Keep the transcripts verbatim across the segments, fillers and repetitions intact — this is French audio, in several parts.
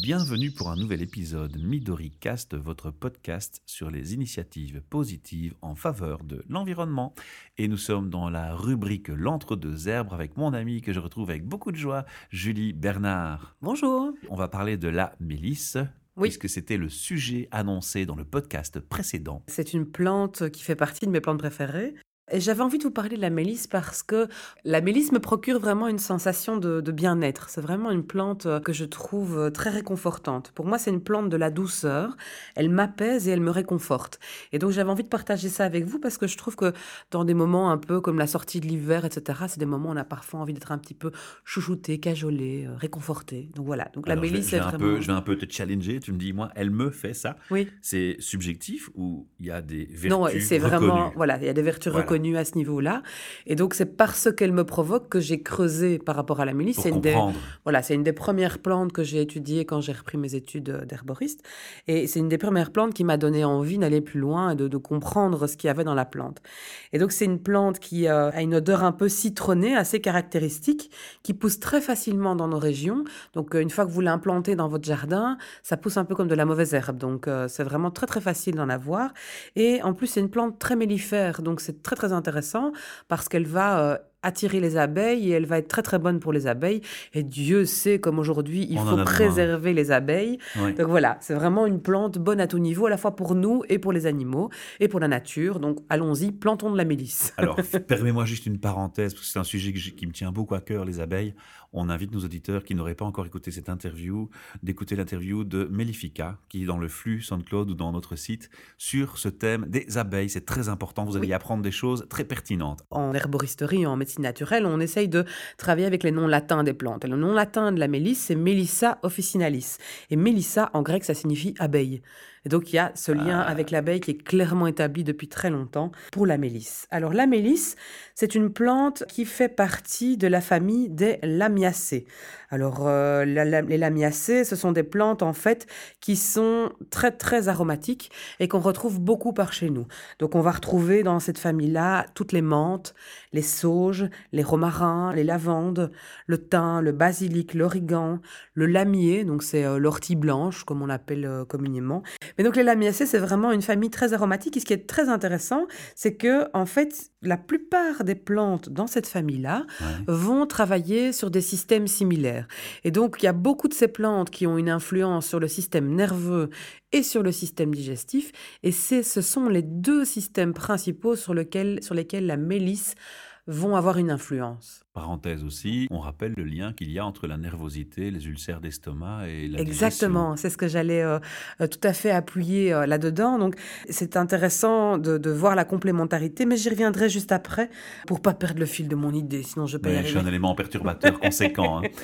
bienvenue pour un nouvel épisode Midori Cast, votre podcast sur les initiatives positives en faveur de l'environnement. Et nous sommes dans la rubrique L'entre-deux-herbes avec mon ami que je retrouve avec beaucoup de joie, Julie Bernard. Bonjour. On va parler de la mélisse. Oui. Puisque c'était le sujet annoncé dans le podcast précédent. C'est une plante qui fait partie de mes plantes préférées. Et j'avais envie de vous parler de la mélisse parce que la mélisse me procure vraiment une sensation de, de bien-être. C'est vraiment une plante que je trouve très réconfortante. Pour moi, c'est une plante de la douceur. Elle m'apaise et elle me réconforte. Et donc, j'avais envie de partager ça avec vous parce que je trouve que dans des moments un peu comme la sortie de l'hiver, et cetera, c'est des moments où on a parfois envie d'être un petit peu chouchouté, cajolé, euh, réconforté. Donc voilà, donc la Alors, mélisse, je vais, je c'est vais un vraiment... peu, je vais un peu te challenger. Tu me dis, moi, elle me fait ça. Oui. C'est subjectif ou il y a des vertus Non, c'est reconnues? vraiment, voilà, il y a des vertus Voilà. reconnues à ce niveau-là. Et donc, c'est parce qu'elle me provoque que j'ai creusé par rapport à la mélisse. Pour C'est une des, comprendre. voilà, c'est une des premières plantes que j'ai étudiées quand j'ai repris mes études d'herboriste. Et c'est une des premières plantes qui m'a donné envie d'aller plus loin et de, de comprendre ce qu'il y avait dans la plante. Et donc, c'est une plante qui euh, a une odeur un peu citronnée, assez caractéristique, qui pousse très facilement dans nos régions. Donc, euh, une fois que vous l'implantez dans votre jardin, ça pousse un peu comme de la mauvaise herbe. Donc, euh, c'est vraiment très, très facile d'en avoir. Et en plus, c'est une plante très mellifère. Donc, c'est très, très intéressant parce qu'elle va euh, attirer les abeilles et elle va être très, très bonne pour les abeilles. Et Dieu sait comme aujourd'hui, il On en faut a préserver les abeilles. Oui. Donc, voilà, c'est vraiment une plante bonne à tout niveau, à la fois pour nous et pour les animaux et pour la nature. Donc, allons-y, plantons de la mélisse. Alors, permets-moi juste une parenthèse, parce que c'est un sujet que je- qui me tient beaucoup à cœur, les abeilles. On invite nos auditeurs qui n'auraient pas encore écouté cette interview, d'écouter l'interview de Mellifica, qui est dans le flux SoundCloud ou dans notre site, sur ce thème des abeilles. C'est très important, vous allez Oui. y apprendre des choses très pertinentes. En herboristerie, en médecine naturelle, on essaye de travailler avec les noms latins des plantes. Et le nom latin de la mélisse, c'est Melissa officinalis. Et Melissa, en grec, ça signifie abeille. Et donc, il y a ce lien Ah. avec l'abeille qui est clairement établi depuis très longtemps pour la mélisse. Alors, la mélisse, c'est une plante qui fait partie de la famille des lamiacées. Alors, euh, la- la- les lamiacées, ce sont des plantes, en fait, qui sont très, très aromatiques et qu'on retrouve beaucoup par chez nous. Donc, on va retrouver dans cette famille-là toutes les menthes, les sauges, les romarins, les lavandes, le thym, le basilic, l'origan, le lamier, donc c'est euh, l'ortie blanche, comme on l'appelle euh, communément. Mais donc les lamiacées, c'est vraiment une famille très aromatique. Et ce qui est très intéressant, c'est que en fait, la plupart des plantes dans cette famille-là Ouais. vont travailler sur des systèmes similaires. Et donc, il y a beaucoup de ces plantes qui ont une influence sur le système nerveux et sur le système digestif. Et c'est, ce sont les deux systèmes principaux sur, lequel, sur lesquels la mélisse vont avoir une influence. Parenthèse aussi, on rappelle le lien qu'il y a entre la nervosité, les ulcères d'estomac et la Exactement, c'est ce que j'allais euh, euh, tout à fait appuyer euh, là-dedans. Donc, c'est intéressant de, de voir la complémentarité, mais j'y reviendrai juste après pour pas perdre le fil de mon idée, sinon je peux y digestion. Ouais, je suis un arriver. élément perturbateur conséquent. hein.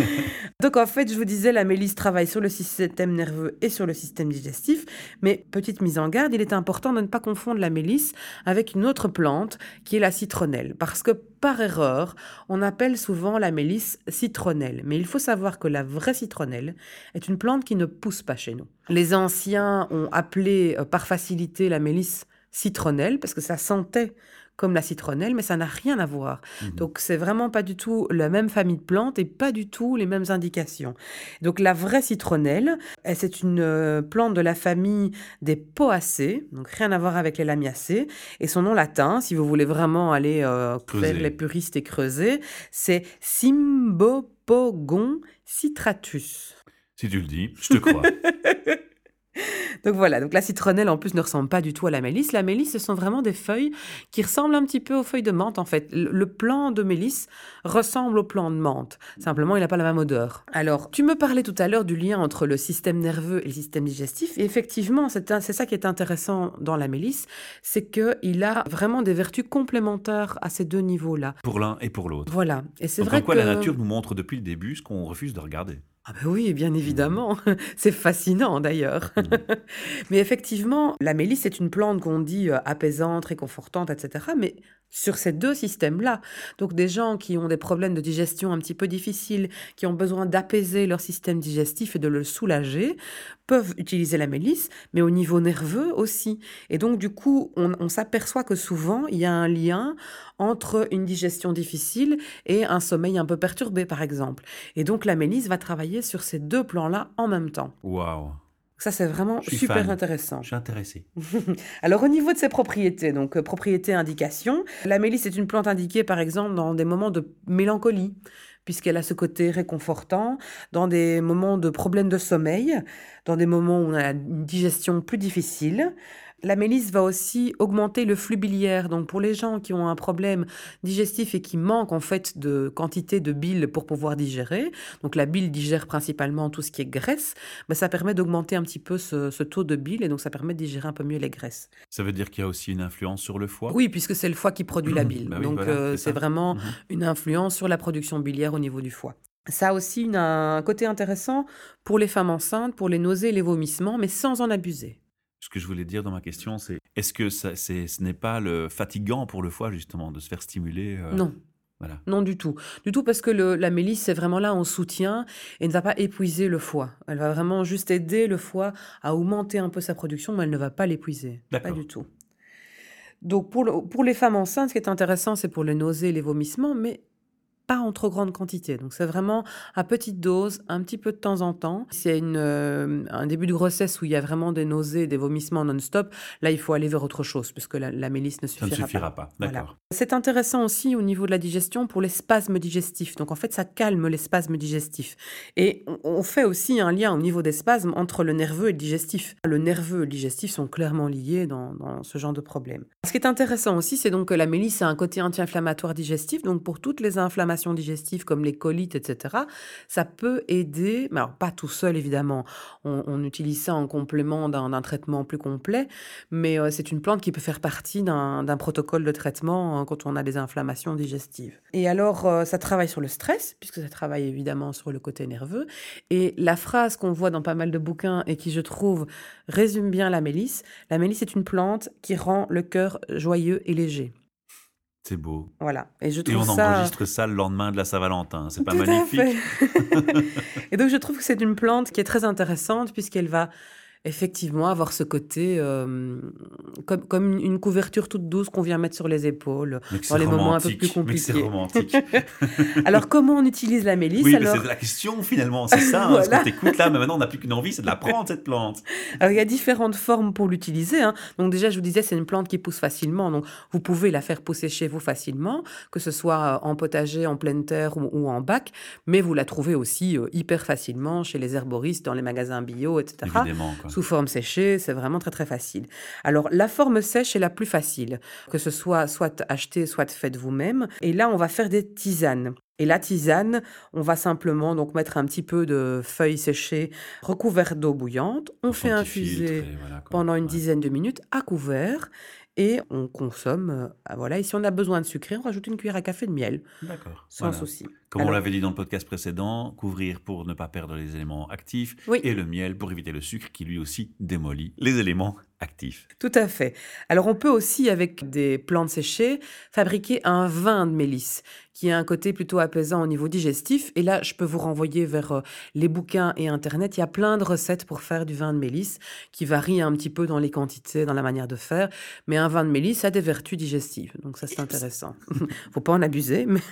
Donc, en fait, je vous disais, la mélisse travaille sur le système nerveux et sur le système digestif, mais petite mise en garde, il est important de ne pas confondre la mélisse avec une autre plante qui est la citronnelle, parce que par erreur, on appelle souvent la mélisse citronnelle. Mais il faut savoir que la vraie citronnelle est une plante qui ne pousse pas chez nous. Les anciens ont appelé euh, par facilité la mélisse citronnelle parce que ça sentait comme la citronnelle, mais ça n'a rien à voir. Mhm. Donc, c'est vraiment pas du tout la même famille de plantes et pas du tout les mêmes indications. Donc, la vraie citronnelle, eh, c'est une euh, plante de la famille des Poacées, donc rien à voir avec les lamiacées. Et son nom latin, si vous voulez vraiment aller euh, Creuser. faire les puristes et creuser, c'est Cymbopogon citratus. Si tu le dis, je te crois. Donc voilà, donc la citronnelle en plus ne ressemble pas du tout à la mélisse. La mélisse, ce sont vraiment des feuilles qui ressemblent un petit peu aux feuilles de menthe en fait. Le, le plant de mélisse ressemble au plant de menthe. Simplement, il n'a pas la même odeur. Alors, tu me parlais tout à l'heure du lien entre le système nerveux et le système digestif. Et effectivement, c'est, un- c'est ça qui est intéressant dans la mélisse, c'est qu'il a vraiment des vertus complémentaires à ces deux niveaux-là. Pour l'un et pour l'autre. Voilà. Et c'est Donc, vrai comme quoi que... la nature nous montre depuis le début ce qu'on refuse de regarder. Ah ben oui, bien évidemment. C'est fascinant d'ailleurs. Mhm. Mais effectivement, la mélisse est une plante qu'on dit euh, apaisante, réconfortante, et cetera. Mais sur ces deux systèmes-là. Donc des gens qui ont des problèmes de digestion un petit peu difficiles, qui ont besoin d'apaiser leur système digestif et de le soulager, peuvent utiliser la mélisse, mais au niveau nerveux aussi. Et donc du coup, on, on s'aperçoit que souvent, il y a un lien entre une digestion difficile et un sommeil un peu perturbé, par exemple. Et donc la mélisse va travailler sur ces deux plans-là en même temps. Waouh, Ça, c'est vraiment je suis super fan. intéressant. Je suis intéressé. Alors, au niveau de ses propriétés, donc euh, propriétés indication, la mélisse est une plante indiquée, par exemple, dans des moments de mélancolie, puisqu'elle a ce côté réconfortant, dans des moments de problèmes de sommeil, dans des moments où on a une digestion plus difficile. La mélisse va aussi augmenter le flux biliaire. Donc, pour les gens qui ont un problème digestif et qui manquent en fait de quantité de bile pour pouvoir digérer, donc la bile digère principalement tout ce qui est graisse, ben, ça permet d'augmenter un petit peu ce, ce taux de bile et donc ça permet de digérer un peu mieux les graisses. Ça veut dire qu'il y a aussi une influence sur le foie? Oui, puisque c'est le foie qui produit la bile. Bah oui, donc, voilà, euh, c'est c'est ça. vraiment Mhm. une influence sur la production biliaire au niveau du foie. Ça a aussi une- un côté intéressant pour les femmes enceintes, pour les nausées et les vomissements, mais sans en abuser. Ce que je voulais dire dans ma question, c'est est-ce que ça, c'est, ce n'est pas le fatigant pour le foie, justement, de se faire stimuler euh, Non. Voilà. Non, du tout. Du tout parce que le- la mélisse, c'est vraiment là en soutien et ne va pas épuiser le foie. Elle va vraiment juste aider le foie à augmenter un peu sa production, mais elle ne va pas l'épuiser. Pas D'accord. du tout. Donc, pour, le- pour les femmes enceintes, ce qui est intéressant, c'est pour les nausées et les vomissements, mais pas en trop grande quantité. Donc, c'est vraiment à petite dose, un petit peu de temps en temps. S'il y a une, euh, un début de grossesse où il y a vraiment des nausées, des vomissements non-stop, là, il faut aller vers autre chose, puisque la, la mélisse ne Ça ne suffira, suffira pas. pas. Voilà. D'accord. C'est intéressant aussi au niveau de la digestion pour les spasmes digestifs. Donc, en fait, ça calme les spasmes digestifs. Et on, on fait aussi un lien au niveau des spasmes entre le nerveux et le digestif. Le nerveux et le digestif sont clairement liés dans, dans ce genre de problème. Ce qui est intéressant aussi, c'est donc que la mélisse a un côté anti-inflammatoire digestif. Donc, pour toutes les inflammations digestives comme les colites, et cetera, ça peut aider, mais alors pas tout seul évidemment, on, on utilise ça en complément d'un, d'un traitement plus complet, mais euh, c'est une plante qui peut faire partie d'un, d'un protocole de traitement euh, quand on a des inflammations digestives. Et alors, euh, ça travaille sur le stress, puisque ça travaille évidemment sur le côté nerveux, et la phrase qu'on voit dans pas mal de bouquins et qui, je trouve, résume bien la mélisse, la mélisse est une plante qui rend le cœur joyeux et léger. C'est beau. Voilà. Et je Et trouve on ça... enregistre ça le lendemain de la Saint-Valentin. C'est pas Tout à magnifique? fait. Et donc, je trouve que c'est une plante qui est très intéressante puisqu'elle va effectivement avoir ce côté euh, comme, comme une couverture toute douce qu'on vient mettre sur les épaules Mais que dans c'est les moments un peu plus romantique. Mais que c'est compliqués. romantique. Alors, comment on utilise la mélisse? Oui, mais alors... c'est la question finalement, c'est ça. Hein, ce Voilà. qu'on t'écoute là, mais maintenant on n'a plus qu'une envie, c'est de la prendre cette plante. Alors, il y a différentes formes pour l'utiliser, hein. Donc, déjà, je vous disais, c'est une plante qui pousse facilement. Donc, vous pouvez la faire pousser chez vous facilement, que ce soit en potager, en pleine terre ou, ou en bac. Mais vous la trouvez aussi euh, hyper facilement chez les herboristes, dans les magasins bio, et cetera. Évidemment, quoi. Sous forme séchée, c'est vraiment très, très facile. Alors, la forme sèche est la plus facile, que ce soit soit acheté, soit faite vous-même. Et là, on va faire des tisanes. Et la tisane, on va simplement donc mettre un petit peu de feuilles séchées recouvertes d'eau bouillante. On Dans son fait petit infuser filtre, et voilà, quoi. pendant une Ouais. dizaine de minutes à couvert et on consomme. euh, ah, voilà. Et si on a besoin de sucrer, on rajoute une cuillère à café de miel, D'accord. sans Voilà. souci. Comme on Alors, l'avait dit dans le podcast précédent, couvrir pour ne pas perdre les éléments actifs oui. et le miel pour éviter le sucre qui lui aussi démolit les éléments actifs. Tout à fait. Alors, on peut aussi, avec des plantes séchées, fabriquer un vin de mélisse qui a un côté plutôt apaisant au niveau digestif. Et là, je peux vous renvoyer vers euh, les bouquins et Internet. Il y a plein de recettes pour faire du vin de mélisse qui varient un petit peu dans les quantités, dans la manière de faire. Mais un vin de mélisse a des vertus digestives. Donc, ça, c'est intéressant. Faut pas en abuser. Mais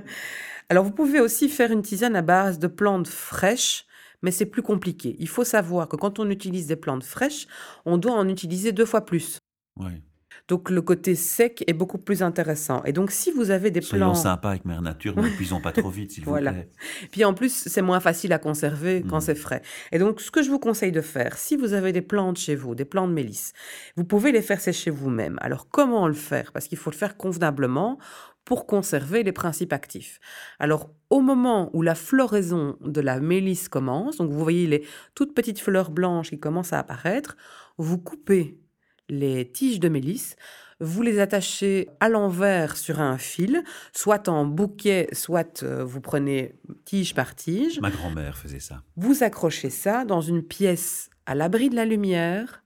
alors, vous pouvez aussi faire une tisane à base de plantes fraîches. Mais c'est plus compliqué. Il faut savoir que quand on utilise des plantes fraîches, on doit en utiliser deux fois plus. Ouais. Donc le côté sec est beaucoup plus intéressant. Et donc si vous avez des Soyons plants... sympas avec Mère Nature, ne l'épuisons pas trop vite, s'il vous Voilà. plaît. Puis en plus, c'est moins facile à conserver quand Mm. c'est frais. Et donc ce que je vous conseille de faire, si vous avez des plantes chez vous, des plantes de mélisse, vous pouvez les faire sécher vous-même. Alors comment le faire? Parce qu'il faut le faire convenablement pour conserver les principes actifs. Alors, au moment où la floraison de la mélisse commence, donc vous voyez les toutes petites fleurs blanches qui commencent à apparaître, vous coupez les tiges de mélisse, vous les attachez à l'envers sur un fil, soit en bouquet, soit euh, vous prenez tige par tige, Ma grand-mère faisait ça. vous accrochez ça dans une pièce à l'abri de la lumière,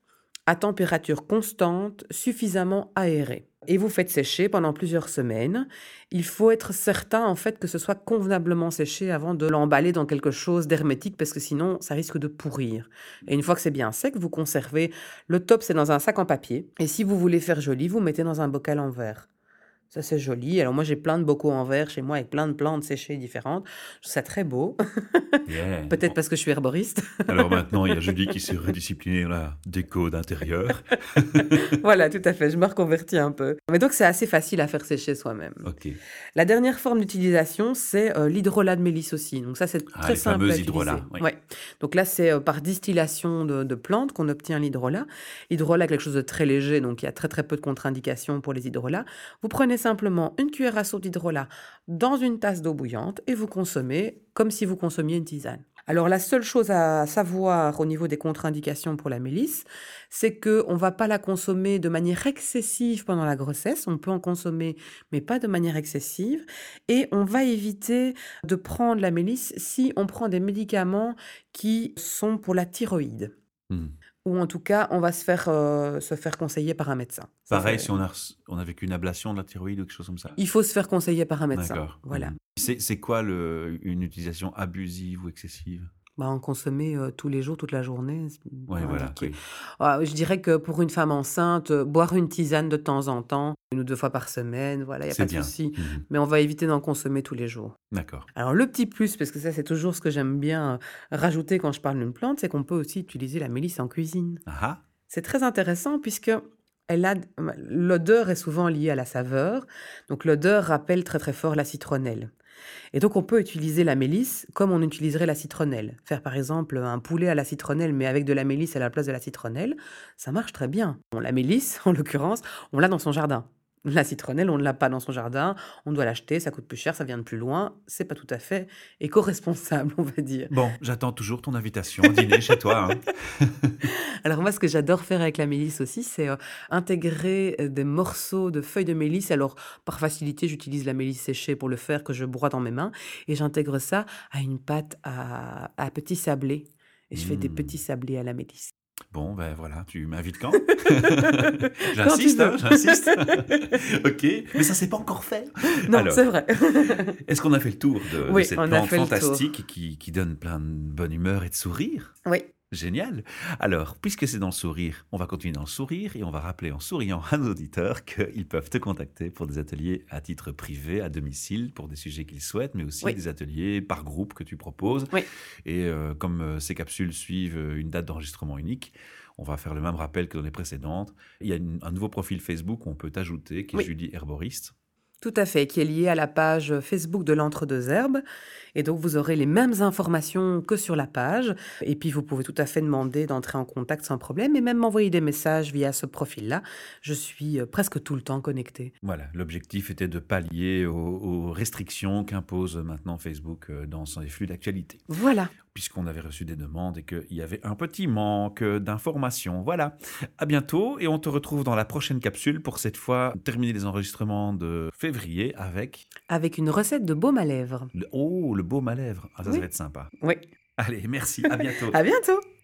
à température constante, suffisamment aérée. Et vous faites sécher pendant plusieurs semaines. Il faut être certain en fait que ce soit convenablement séché avant de l'emballer dans quelque chose d'hermétique parce que sinon ça risque de pourrir. Et une fois que c'est bien sec, vous conservez. Le top c'est dans un sac en papier. Et si vous voulez faire joli, vous mettez dans un bocal en verre. Ça, c'est joli. Alors moi, j'ai plein de bocaux en verre chez moi avec plein de plantes séchées différentes. Je trouve ça très beau. Yeah. Peut-être parce que je suis herboriste. Alors maintenant, il y a Julie qui s'est redisciplinée la déco d'intérieur. Voilà, tout à fait. Je me reconvertis un peu. Mais donc, c'est assez facile à faire sécher soi-même. Ok. La dernière forme d'utilisation, c'est euh, l'hydrolat de mélisse aussi. Donc ça, c'est Ah, très les simple à fameuses utiliser. hydrolats, oui. Ouais. Donc là, c'est euh, par distillation de, de plantes qu'on obtient l'hydrolat. L'hydrolat est quelque chose de très léger, donc il y a très très peu de contre-indications pour les hydrolats. Vous prenez simplement une cuillère à soupe d'hydrolat dans une tasse d'eau bouillante et vous consommez comme si vous consommiez une tisane. Alors la seule chose à savoir au niveau des contre-indications pour la mélisse, c'est qu'on ne va pas la consommer de manière excessive pendant la grossesse. On peut en consommer, mais pas de manière excessive. Et on va éviter de prendre la mélisse si on prend des médicaments qui sont pour la thyroïde. Hmm. Ou en tout cas, on va se faire, euh, se faire conseiller par un médecin. Ça, Pareil, c'est- si on a, reçu- on a vécu une ablation de la thyroïde ou quelque chose comme ça. Il faut se faire conseiller par un médecin. D'accord. Voilà. Hmm. C'est c'est quoi le, une utilisation abusive ou excessive? Bah, en consommer euh, tous les jours, toute la journée. c'est Oui, pas voilà. indiqué. Oui. Ah, je dirais que pour une femme enceinte, euh, boire une tisane de temps en temps, une ou deux fois par semaine, voilà, il n'y a C'est pas de bien. souci. Mhm. Mais on va éviter d'en consommer tous les jours. D'accord. Alors le petit plus, parce que ça c'est toujours ce que j'aime bien euh, rajouter quand je parle d'une plante, c'est qu'on peut aussi utiliser la mélisse en cuisine. Ah ah. C'est très intéressant puisque elle a, l'odeur est souvent liée à la saveur. Donc l'odeur rappelle très très fort la citronnelle. Et donc on peut utiliser la mélisse comme on utiliserait la citronnelle. Faire par exemple un poulet à la citronnelle mais avec de la mélisse à la place de la citronnelle, ça marche très bien. Bon, la mélisse, en l'occurrence, on l'a dans son jardin. La citronnelle, on ne l'a pas dans son jardin, on doit l'acheter, ça coûte plus cher, ça vient de plus loin, c'est pas tout à fait éco-responsable, on va dire. Bon, j'attends toujours ton invitation au dîner chez toi. Hein. Alors moi, ce que j'adore faire avec la mélisse aussi, c'est euh, intégrer euh, des morceaux de feuilles de mélisse. Alors, par facilité, j'utilise la mélisse séchée pour le faire, que je broie dans mes mains, et j'intègre ça à une pâte à, à petits sablés. Et je fais des Hmm. petits sablés à la mélisse. Bon, ben voilà, tu m'invites quand? Quand J'insiste, tu veux. hein, j'insiste. Ok, mais ça s'est pas encore fait. Non, Alors, c'est vrai. est-ce qu'on a fait le tour de, de Oui, cette on a plante fait le tour. fantastique qui, qui donne plein de bonne humeur et de sourire? Oui. Génial. Alors, puisque c'est dans le sourire, on va continuer dans le sourire et on va rappeler en souriant à nos auditeurs qu'ils peuvent te contacter pour des ateliers à titre privé, à domicile, pour des sujets qu'ils souhaitent, mais aussi Oui. des ateliers par groupe que tu proposes. Oui. Et euh, comme euh, ces capsules suivent euh, une date d'enregistrement unique, on va faire le même rappel que dans les précédentes. Il y a une- un nouveau profil Facebook où on peut t'ajouter, qui est Oui. Julie Herboriste. Tout à fait, qui est lié à la page Facebook de l'Entre-deux-Herbes. Et donc, vous aurez les mêmes informations que sur la page. Et puis, vous pouvez tout à fait demander d'entrer en contact sans problème et même m'envoyer des messages via ce profil-là. Je suis euh, presque tout le temps connectée. Voilà, l'objectif était de pallier aux, aux restrictions qu'impose maintenant Facebook euh, dans ses flux d'actualité. Voilà. Puisqu'on avait reçu des demandes et qu'il y avait un petit manque d'informations. Voilà, à bientôt et on te retrouve dans la prochaine capsule pour cette fois terminer les enregistrements de février avec Avec une recette de baume à lèvres. le, oh, le baume à lèvres. Ah, ça, Oui. ça va être sympa. Oui. Allez, merci, à bientôt. À bientôt.